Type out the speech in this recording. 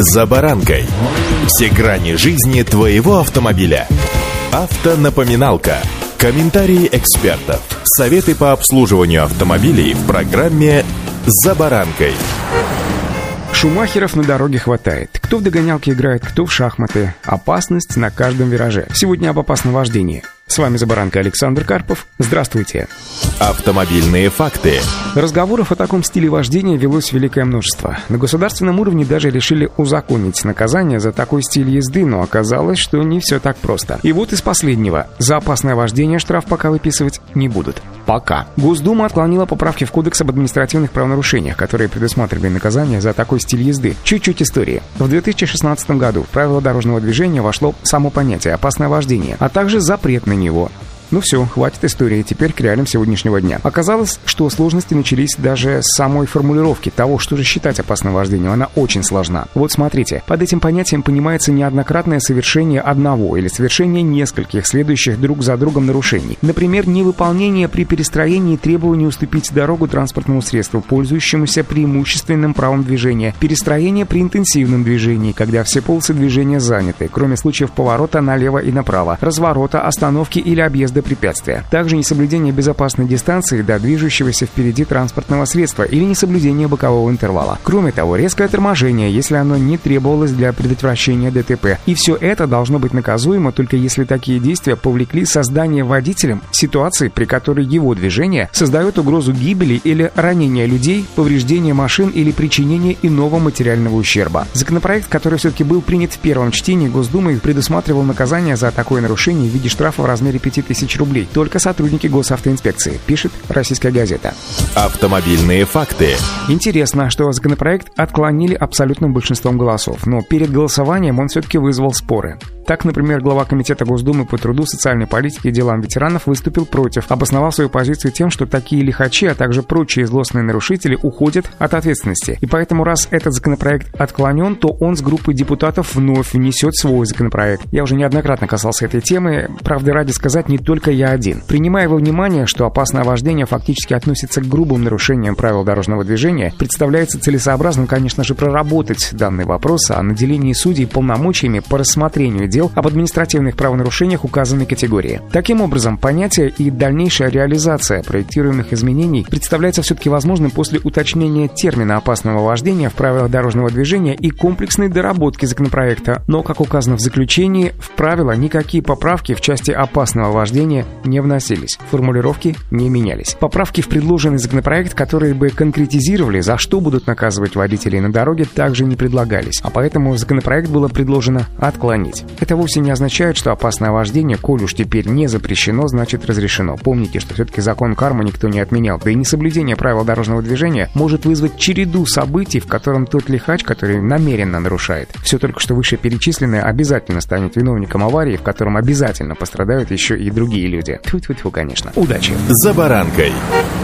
«За баранкой». Все грани жизни твоего автомобиля. Автонапоминалка. Комментарии экспертов. Советы по обслуживанию автомобилей в программе «За баранкой». Шумахеров на дороге хватает. Кто в догонялки играет, кто в шахматы. Опасность на каждом вираже. Сегодня об опасном вождении. С вами «За баранкой» Александр Карпов. Здравствуйте. Автомобильные факты. Разговоров о таком стиле вождения велось великое множество. На государственном уровне даже решили узаконить наказание за такой стиль езды, но оказалось, что не все так просто. И вот из последнего. За опасное вождение штраф пока выписывать не будут. Пока. Госдума отклонила поправки в Кодекс об административных правонарушениях, которые предусматривали наказание за такой стиль езды. Чуть-чуть истории. В 2016 году в правила дорожного движения вошло само понятие «опасное вождение», а также запрет на него. Ну все, хватит истории, теперь к реалиям сегодняшнего дня. Оказалось, что сложности начались даже с самой формулировки того, что же считать опасным вождением. Она очень сложна. Вот смотрите, под этим понятием понимается неоднократное совершение одного или совершение нескольких следующих друг за другом нарушений. Например, невыполнение при перестроении требования уступить дорогу транспортному средству, пользующемуся преимущественным правом движения, перестроение при интенсивном движении, когда все полосы движения заняты, кроме случаев поворота налево и направо, разворота, остановки или объезда препятствия. Также несоблюдение безопасной дистанции до движущегося впереди транспортного средства или несоблюдение бокового интервала. Кроме того, резкое торможение, если оно не требовалось для предотвращения ДТП. И все это должно быть наказуемо только если такие действия повлекли создание водителем ситуации, при которой его движение создает угрозу гибели или ранения людей, повреждения машин или причинения иного материального ущерба. Законопроект, который все-таки был принят в первом чтении Госдумой, предусматривал наказание за такое нарушение в виде штрафа в размере 5000 рублей. Только сотрудники госавтоинспекции, пишет «Российская газета». Автомобильные факты. Интересно, что законопроект отклонили абсолютным большинством голосов, но перед голосованием он все-таки вызвал споры. Так, например, глава Комитета Госдумы по труду, социальной политике и делам ветеранов выступил против, обосновал свою позицию тем, что такие лихачи, а также прочие злостные нарушители уходят от ответственности. И поэтому, раз этот законопроект отклонен, то он с группой депутатов вновь внесет свой законопроект. Я уже неоднократно касался этой темы, правда ради сказать, не только я один. Принимая во внимание, что опасное вождение фактически относится к грубым нарушениям правил дорожного движения, представляется целесообразным, конечно же, проработать данный вопрос о наделении судей полномочиями по рассмотрению дел об административных правонарушениях указанной категории. Таким образом, понятие и дальнейшая реализация проектируемых изменений представляется все-таки возможным после уточнения термина опасного вождения в правилах дорожного движения и комплексной доработки законопроекта. Но, как указано в заключении, в правила никакие поправки в части опасного вождения не вносились, формулировки не менялись. Поправки в предложенный законопроект, которые бы конкретизировали, за что будут наказывать водителей на дороге, также не предлагались, а поэтому законопроект было предложено отклонить. Это вовсе не означает, что опасное вождение, коль уж теперь не запрещено, значит разрешено. Помните, что все-таки закон кармы никто не отменял, да и несоблюдение правил дорожного движения может вызвать череду событий, в котором тот лихач, который намеренно нарушает все только что вышеперечисленное, обязательно станет виновником аварии, в котором обязательно пострадают еще и другие люди. Тьфу-тьфу-тьфу, конечно. Удачи! «За баранкой».